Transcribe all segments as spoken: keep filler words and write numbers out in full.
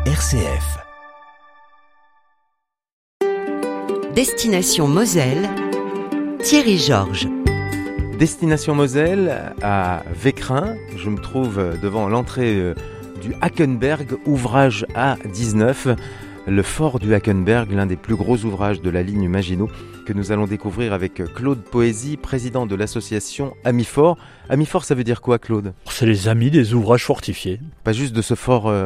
R C F. Destination Moselle, Thierry Georges. Destination Moselle à Vécrin. Je me trouve devant l'entrée du Hackenberg, ouvrage A dix-neuf. Le fort du Hackenberg, l'un des plus gros ouvrages de la ligne Maginot, que nous allons découvrir avec Claude Poésy, président de l'association Amis Forts. Amis Forts, ça veut dire quoi, Claude ? C'est les amis des ouvrages fortifiés. Pas juste de ce fort-ci ?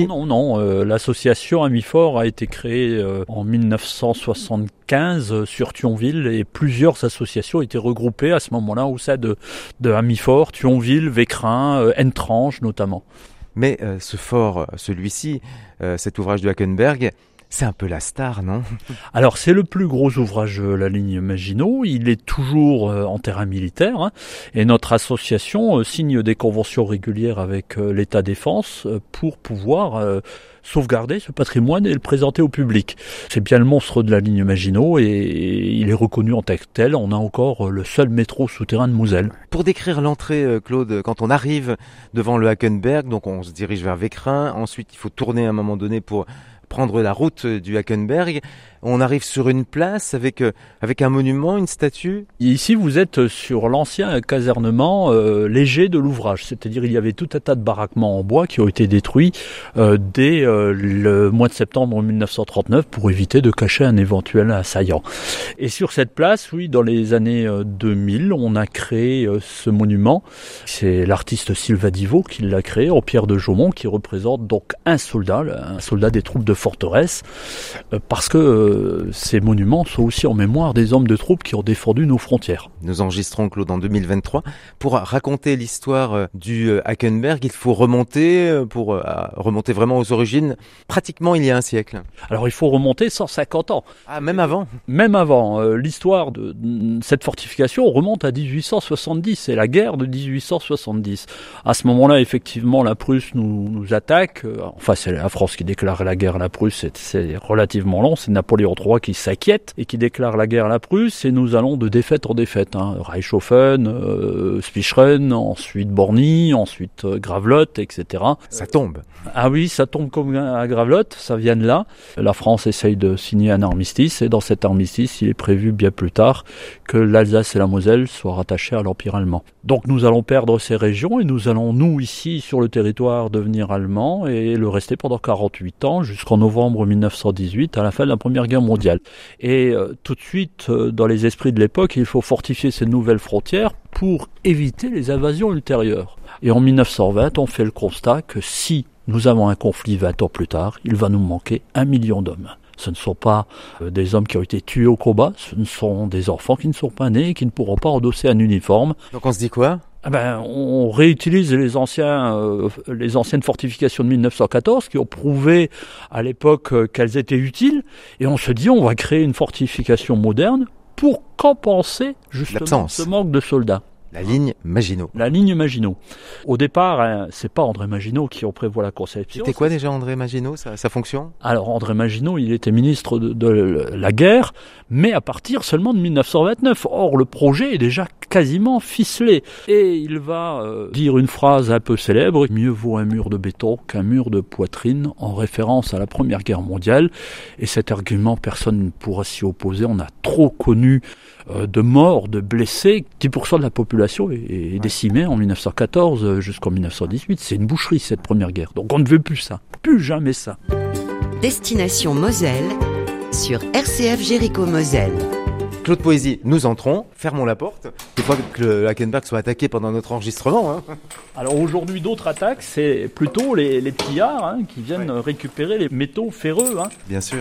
euh, Non, non, non. Euh, l'association Amis Forts a été créée euh, en dix-neuf cent soixante-quinze euh, sur Thionville et plusieurs associations étaient regroupées à ce moment-là au sein de, de Amis Forts, Thionville, Vécrin, euh, Entrange notamment. Mais euh, ce fort, celui-ci, euh, cet ouvrage du Hackenberg, c'est un peu la star, non ? Alors c'est le plus gros ouvrage de la ligne Maginot, il est toujours euh, en terrain militaire, hein, et notre association euh, signe des conventions régulières avec euh, l'État défense euh, pour pouvoir euh, sauvegarder ce patrimoine et le présenter au public. C'est bien le monstre de la ligne Maginot et, et il est reconnu en tant que tel. On a encore le seul métro souterrain de Moselle. Pour décrire l'entrée, Claude, quand on arrive devant le Hackenberg, donc on se dirige vers Vécrin, ensuite il faut tourner à un moment donné pour prendre la route du Hackenberg. On arrive sur une place avec, euh, avec un monument, une statue. Ici, vous êtes sur l'ancien casernement euh, léger de l'ouvrage. C'est-à-dire, il y avait tout un tas de baraquements en bois qui ont été détruits euh, dès euh, le mois de septembre dix-neuf cent trente-neuf pour éviter de cacher un éventuel assaillant. Et sur cette place, oui, dans les années euh, deux mille, on a créé euh, ce monument. C'est l'artiste Sylvain Divot qui l'a créé en pierre de Jaumont, qui représente donc un soldat, un soldat des troupes de forteresse, euh, parce que euh, ces monuments sont aussi en mémoire des hommes de troupes qui ont défendu nos frontières. Nous enregistrons, Claude, en deux mille vingt-trois. Pour raconter l'histoire du Hackenberg, il faut remonter, pour remonter vraiment aux origines, pratiquement il y a un siècle. Alors il faut remonter cent cinquante ans. Ah, même avant ? Même avant. Euh, l'histoire de cette fortification remonte à dix-huit cent soixante-dix. C'est la guerre de dix-huit cent soixante-dix. À ce moment-là, effectivement, la Prusse nous, nous attaque. Enfin, c'est la France qui déclare la guerre à la Prusse. C'est, c'est relativement long. C'est Napoléon trois qui s'inquiète et qui déclare la guerre à la Prusse, et nous allons de défaite en défaite. Hein. Reichshofen, euh, Spicheren, ensuite Borny, ensuite euh, Gravelotte, et cetera. Ça tombe. Ah oui, ça tombe comme à Gravelotte, ça vient de là. La France essaye de signer un armistice, et dans cet armistice, il est prévu bien plus tard que l'Alsace et la Moselle soient rattachées à l'Empire allemand. Donc nous allons perdre ces régions, et nous allons, nous, ici, sur le territoire, devenir allemands, et le rester pendant quarante-huit ans, jusqu'en novembre dix-neuf cent dix-huit, à la fin de la Première Guerre mondiale. Et euh, tout de suite, euh, dans les esprits de l'époque, il faut fortifier ces nouvelles frontières pour éviter les invasions ultérieures. Et en dix-neuf cent vingt, on fait le constat que si nous avons un conflit vingt ans plus tard, il va nous manquer un million d'hommes. Ce ne sont pas euh, des hommes qui ont été tués au combat, ce ne sont des enfants qui ne sont pas nés et qui ne pourront pas endosser un uniforme. Donc on se dit quoi ? Ah ben, on réutilise les anciens, euh, les anciennes fortifications de dix-neuf cent quatorze qui ont prouvé à l'époque euh, qu'elles étaient utiles, et on se dit on va créer une fortification moderne pour compenser justement l'absence. Ce manque de soldats. La ligne Maginot. La ligne Maginot. Au départ, hein, c'est pas André Maginot qui en prévoit la conception. C'était quoi déjà André Maginot, sa, sa fonction ? Alors André Maginot, il était ministre de, de la guerre, mais à partir seulement de dix-neuf cent vingt-neuf. Or, le projet est déjà quasiment ficelé. Et il va euh, dire une phrase un peu célèbre, « Mieux vaut un mur de béton qu'un mur de poitrine », en référence à la Première Guerre mondiale. Et cet argument, personne ne pourra s'y opposer. On a trop connu euh, de morts, de blessés. dix pour cent de la population est, est décimée en dix-neuf cent quatorze jusqu'en dix-neuf cent dix-huit. C'est une boucherie, cette Première Guerre. Donc on ne veut plus ça. Plus jamais ça. Destination Moselle sur R C F Jéricho Moselle. Claude Poésy, nous entrons, fermons la porte. Il faut que le Hackenberg soit attaqué pendant notre enregistrement. Hein. Alors aujourd'hui, d'autres attaques, c'est plutôt les, les pillards hein, qui viennent ouais. récupérer les métaux ferreux. Hein. Bien sûr.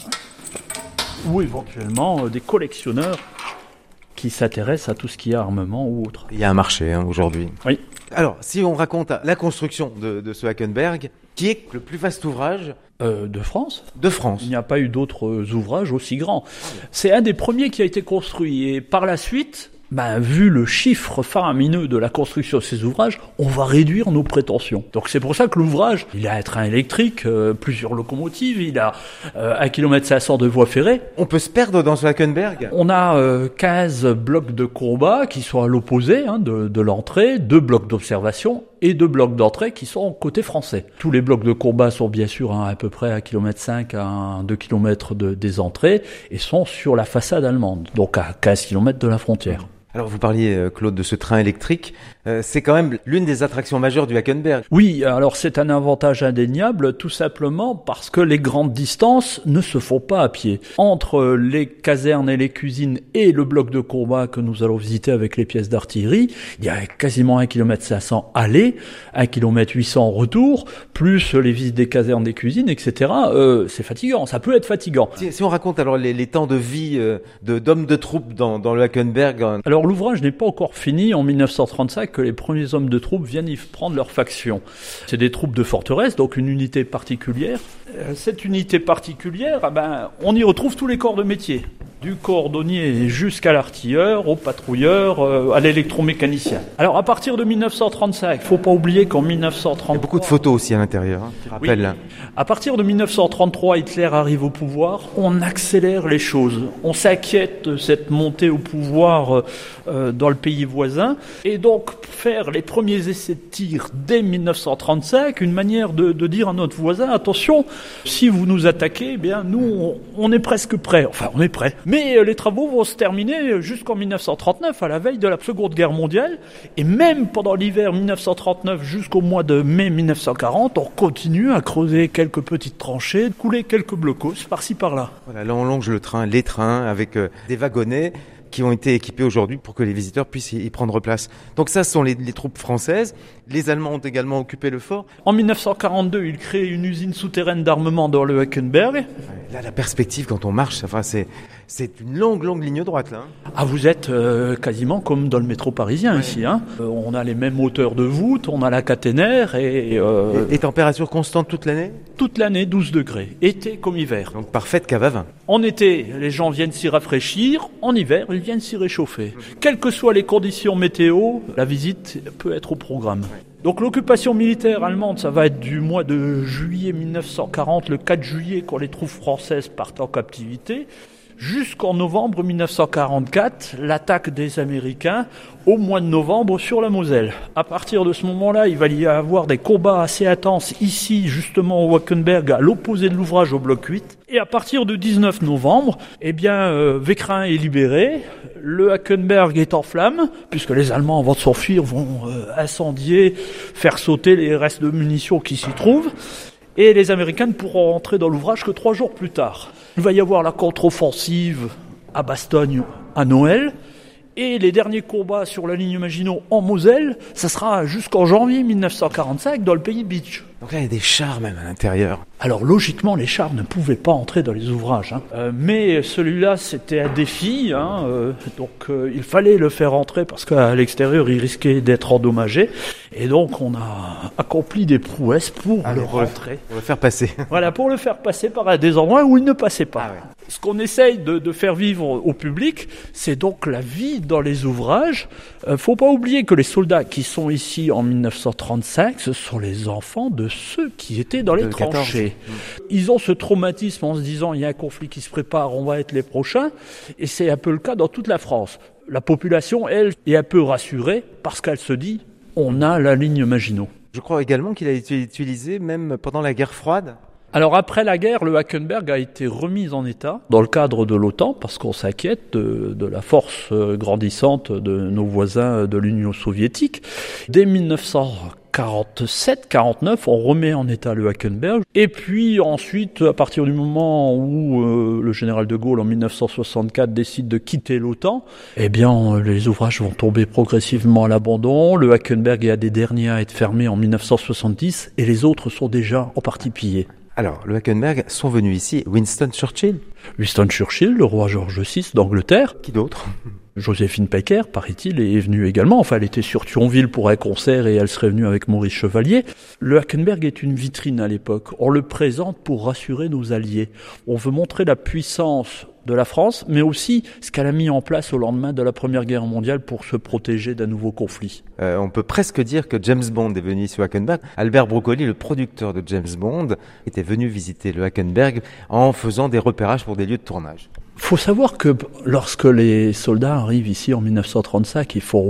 Ouais. Ou éventuellement euh, des collectionneurs qui s'intéressent à tout ce qui est armement ou autre. Il y a un marché hein, aujourd'hui. Oui. Alors, si on raconte la construction de, de ce Hackenberg, qui est le plus vaste ouvrage euh, de France. De France. Il n'y a pas eu d'autres ouvrages aussi grands. C'est un des premiers qui a été construit. Et par la suite, ben, vu le chiffre faramineux de la construction de ces ouvrages, on va réduire nos prétentions. Donc c'est pour ça que l'ouvrage, il a un train électrique, euh, plusieurs locomotives, il a euh, un kilomètre cinq cents de voies ferrées. On peut se perdre dans ce Hackenberg. On a euh, quinze blocs de combat qui sont à l'opposé hein, de, de l'entrée, deux blocs d'observation et deux blocs d'entrée qui sont côté français. Tous les blocs de combat sont bien sûr hein, à peu près à un virgule cinq kilomètres à deux kilomètres de, des entrées et sont sur la façade allemande, donc à quinze kilomètres de la frontière. Alors vous parliez, Claude, de ce train électrique. Euh, c'est quand même l'une des attractions majeures du Hackenberg. Oui, alors c'est un avantage indéniable, tout simplement parce que les grandes distances ne se font pas à pied. Entre les casernes et les cuisines et le bloc de combat que nous allons visiter avec les pièces d'artillerie, il y a quasiment un kilomètre cinq cents aller, un kilomètre huit cents retour, plus les visites des casernes, des cuisines, et cetera. Euh, c'est fatigant, ça peut être fatigant. Si, si on raconte alors les, les temps de vie euh, de, d'hommes de troupes dans, dans le Hackenberg. Alors l'ouvrage n'est pas encore fini en dix-neuf cent trente-cinq que les premiers hommes de troupes viennent y prendre leur faction. C'est des troupes de forteresse, donc une unité particulière. Cette unité particulière, eh ben, on y retrouve tous les corps de métier, du cordonnier jusqu'à l'artilleur, au patrouilleur, euh, à l'électromécanicien. Alors à partir de dix-neuf cent trente-cinq, il ne faut pas oublier qu'en dix-neuf cent trente-trois... Il y a beaucoup de photos aussi à l'intérieur, hein, qui rappellent... Oui. À partir de dix-neuf cent trente-trois, Hitler arrive au pouvoir, on accélère les choses. On s'inquiète de cette montée au pouvoir euh, dans le pays voisin. Et donc faire les premiers essais de tir dès dix-neuf cent trente-cinq, une manière de, de dire à notre voisin, attention, si vous nous attaquez, eh bien nous, on, on est presque prêts. Enfin, on est prêts. Mais les travaux vont se terminer jusqu'en dix-neuf cent trente-neuf, à la veille de la Seconde Guerre mondiale. Et même pendant l'hiver dix-neuf cent trente-neuf jusqu'au mois de mai dix-neuf cent quarante, on continue à creuser quelques petites tranchées, couler quelques blocos par-ci par-là. Voilà, là on longe le train, les trains avec euh, des wagonnets qui ont été équipés aujourd'hui pour que les visiteurs puissent y prendre place. Donc ça, ce sont les, les troupes françaises. Les Allemands ont également occupé le fort. En dix-neuf cent quarante-deux, ils créent une usine souterraine d'armement dans le Hackenberg. Là, la perspective, quand on marche, enfin, c'est, c'est une longue, longue ligne droite, là. Ah, vous êtes euh, quasiment comme dans le métro parisien, ouais. Ici. Hein. Euh, on a les mêmes hauteurs de voûte, on a la caténaire et... Euh, et, et température constante toute l'année ? Toute l'année, douze degrés. Été comme hiver. Donc parfaite cave à vin. En été, les gens viennent s'y rafraîchir. En hiver, ils viennent s'y réchauffer. Quelles que soient les conditions météo, la visite peut être au programme. Ouais. Donc l'occupation militaire allemande, ça va être du mois de juillet dix-neuf cent quarante, le quatre juillet, quand les troupes françaises partent en captivité, jusqu'en novembre dix-neuf cent quarante-quatre, l'attaque des Américains au mois de novembre sur la Moselle. À partir de ce moment-là, il va y avoir des combats assez intenses ici, justement au Hackenberg, à l'opposé de l'ouvrage au bloc huit. Et à partir du dix-neuf novembre, eh bien, euh, Vécrin est libéré, le Hackenberg est en flammes, puisque les Allemands, avant de s'enfuir, vont euh, incendier, faire sauter les restes de munitions qui s'y trouvent. Et les Américains ne pourront rentrer dans l'ouvrage que trois jours plus tard. Il va y avoir la contre-offensive à Bastogne à Noël. Et les derniers combats sur la ligne Maginot en Moselle, ça sera jusqu'en janvier dix-neuf cent quarante-cinq dans le pays de Bitche. Donc là, il y a des chars même à l'intérieur. Alors logiquement, les chars ne pouvaient pas entrer dans les ouvrages. Hein. Euh, mais celui-là, c'était un défi. Hein, euh, donc euh, il fallait le faire entrer parce qu'à l'extérieur, il risquait d'être endommagé. Et donc on a accompli des prouesses pour ah, le pour rentrer. Le, pour le faire passer. Voilà, pour le faire passer par des endroits où il ne passait pas. Ah, ouais. Ce qu'on essaye de, de faire vivre au public, c'est donc la vie dans les ouvrages. Euh, faut pas oublier que les soldats qui sont ici en dix-neuf cent trente-cinq, ce sont les enfants de ceux qui étaient dans les tranchées. Ils ont ce traumatisme en se disant il y a un conflit qui se prépare, on va être les prochains. Et c'est un peu le cas dans toute la France. La population, elle, est un peu rassurée parce qu'elle se dit on a la ligne Maginot. Je crois également qu'il a été utilisé même pendant la guerre froide. Alors après la guerre, le Hackenberg a été remis en état dans le cadre de l'OTAN parce qu'on s'inquiète de, de la force grandissante de nos voisins de l'Union soviétique. Dès dix-neuf cent quarante-sept quarante-neuf, on remet en état le Hackenberg. Et puis ensuite, à partir du moment où euh, le général de Gaulle, en dix-neuf cent soixante-quatre, décide de quitter l'OTAN, eh bien, les ouvrages vont tomber progressivement à l'abandon. Le Hackenberg est un des derniers à être fermé en dix-neuf cent soixante-dix et les autres sont déjà en partie pillés. Alors, le Hackenberg sont venus ici Winston Churchill. Winston Churchill, le roi George six d'Angleterre. Qui d'autre ? Joséphine Baker, paraît-il, est venue également. Enfin, elle était sur Thionville pour un concert et elle serait venue avec Maurice Chevalier. Le Hackenberg est une vitrine à l'époque. On le présente pour rassurer nos alliés. On veut montrer la puissance de la France, mais aussi ce qu'elle a mis en place au lendemain de la Première Guerre mondiale pour se protéger d'un nouveau conflit. Euh, on peut presque dire que James Bond est venu ici au Hackenberg. Albert Broccoli, le producteur de James Bond, était venu visiter le Hackenberg en faisant des repérages pour des lieux de tournage. Il faut savoir que lorsque les soldats arrivent ici en dix-neuf cent trente-cinq, ils font « waouh ».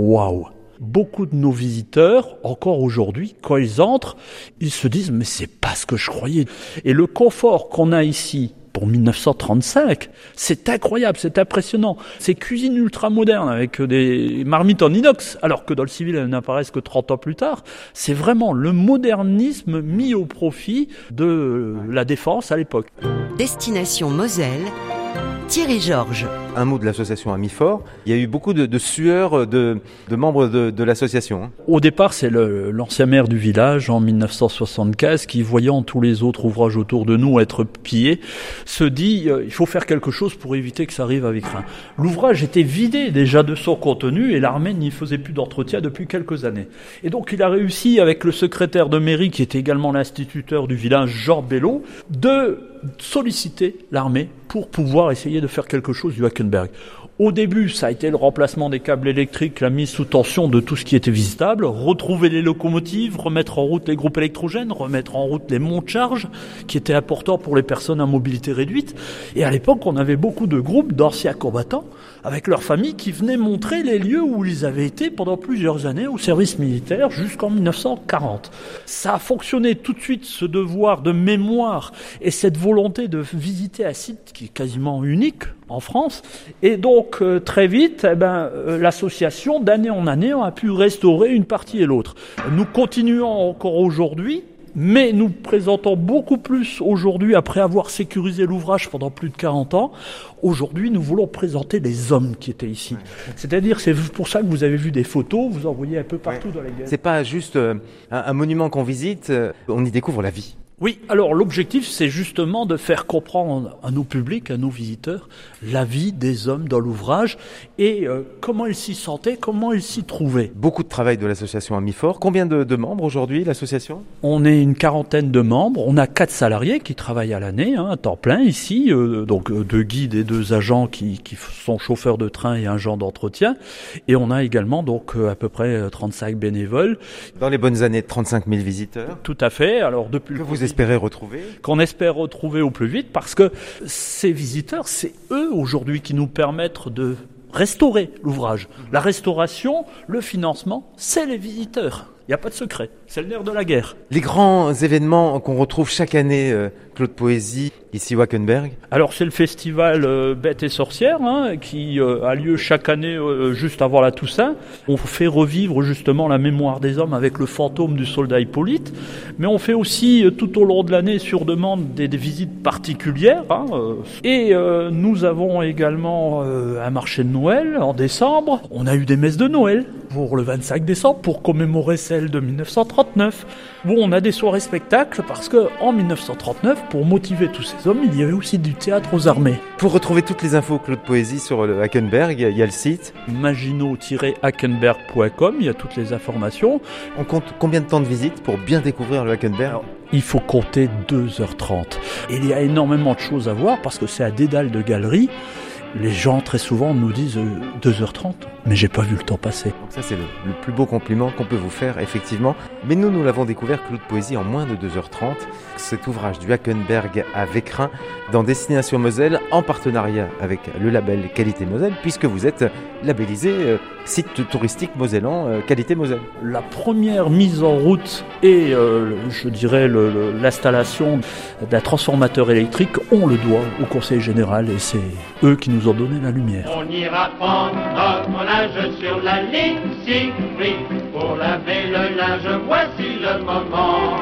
Beaucoup de nos visiteurs, encore aujourd'hui, quand ils entrent, ils se disent « mais c'est pas ce que je croyais ». Et le confort qu'on a ici, pour mille neuf cent trente-cinq, c'est incroyable, c'est impressionnant. Ces cuisines ultra modernes avec des marmites en inox, alors que dans le civil elles n'apparaissent que trente ans plus tard, c'est vraiment le modernisme mis au profit de la défense à l'époque. Destination Moselle, Thierry Georges. Un mot de l'association Amis Forts. Il y a eu beaucoup de, de sueurs de, de membres de, de l'association. Hein. Au départ, c'est le, l'ancien maire du village en mille neuf cent soixante-quinze qui, voyant tous les autres ouvrages autour de nous être pillés, se dit euh, il faut faire quelque chose pour éviter que ça arrive à Vécrin. L'ouvrage était vidé déjà de son contenu et l'armée n'y faisait plus d'entretien depuis quelques années. Et donc il a réussi, avec le secrétaire de mairie qui était également l'instituteur du village, Jean Bello, de solliciter l'armée pour pouvoir essayer de faire quelque chose du Hackenberg. Au début, ça a été le remplacement des câbles électriques, la mise sous tension de tout ce qui était visitable, retrouver les locomotives, remettre en route les groupes électrogènes, remettre en route les monts de charge, qui étaient importants pour les personnes à mobilité réduite. Et à l'époque, on avait beaucoup de groupes d'anciens combattants, avec leurs familles, qui venaient montrer les lieux où ils avaient été pendant plusieurs années au service militaire jusqu'en mille neuf cent quarante. Ça a fonctionné tout de suite, ce devoir de mémoire et cette volonté de visiter un site qui est quasiment unique en France. Et donc, euh, très vite, eh ben, euh, l'association, d'année en année, a pu restaurer une partie et l'autre. Nous continuons encore aujourd'hui, mais nous présentons beaucoup plus aujourd'hui, après avoir sécurisé l'ouvrage pendant plus de quarante ans. Aujourd'hui, nous voulons présenter les hommes qui étaient ici. C'est-à-dire, c'est pour ça que vous avez vu des photos, vous en voyez un peu partout ouais. dans les galeries. C'est pas juste euh, un, un monument qu'on visite, euh, on y découvre la vie. Oui, alors l'objectif, c'est justement de faire comprendre à nos publics, à nos visiteurs, la vie des hommes dans l'ouvrage et euh, comment ils s'y sentaient, comment ils s'y trouvaient. Beaucoup de travail de l'association Amis Forts. Combien de, de membres aujourd'hui, l'association ? On est une quarantaine de membres. On a quatre salariés qui travaillent à l'année, hein, à temps plein ici, euh, donc euh, deux guides et deux agents qui, qui sont chauffeurs de train et agents d'entretien. Et on a également donc euh, à peu près trente-cinq bénévoles. Dans les bonnes années, trente-cinq mille visiteurs. Tout à fait. Alors depuis que le vous espérez retrouver ? Qu'on espère retrouver au plus vite, parce que ces visiteurs, c'est eux aujourd'hui qui nous permettent de restaurer l'ouvrage. La restauration, le financement, c'est les visiteurs. Il n'y a pas de secret, c'est le nerf de la guerre. Les grands événements qu'on retrouve chaque année, euh, Claude Poésie, ici au Hackenberg. Alors c'est le festival euh, Bêtes et Sorcières hein, qui euh, a lieu chaque année euh, juste avant la Toussaint. On fait revivre justement la mémoire des hommes avec le fantôme du soldat Hippolyte, mais on fait aussi euh, tout au long de l'année sur demande des, des visites particulières. Hein, euh, et euh, nous avons également euh, un marché de Noël en décembre. On a eu des messes de Noël pour le vingt-cinq décembre pour commémorer celle de mille neuf cent trente-neuf. Bon, on a des soirées spectacles parce que en mille neuf cent trente-neuf, pour motiver tous ces hommes, il y avait aussi du théâtre aux armées. Pour retrouver toutes les infos Claude Poésie sur le Hackenberg, il y a le site maginot tiret hackenberg point com, il y a toutes les informations. On compte combien de temps de visite pour bien découvrir le Hackenberg ? Alors, il faut compter deux heures trente. Et il y a énormément de choses à voir parce que c'est un dédale de galeries. Les gens, très souvent, nous disent euh, deux heures trente, mais j'ai pas vu le temps passer. Donc ça, c'est le, le plus beau compliment qu'on peut vous faire, effectivement. Mais nous, nous l'avons découvert, Claude Poésie, en moins de deux heures trente. Cet ouvrage du Hackenberg à Vécrin, dans Destination Moselle, en partenariat avec le label Qualité Moselle, puisque vous êtes labellisé euh, site touristique mosellan euh, Qualité Moselle. La première mise en route et, euh, je dirais, le, le, l'installation d'un transformateur électrique, on le doit au Conseil Général et c'est eux qui nous ont donné la lumière. On ira prendre notre linge sur la ligne Siegfried. Pour laver le linge, voici le moment.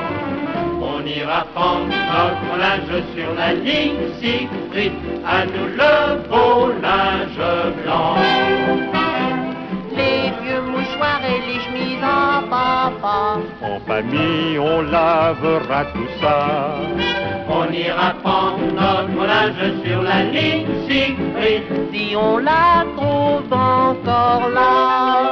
On ira prendre notre linge sur la ligne Siegfried. À nous le beau linge blanc. Les vieux mouchoirs et les chemises en papa. En famille, on lavera tout ça. On ira prendre notre linge sur la ligne Siegfried. Si on la trouve encore là.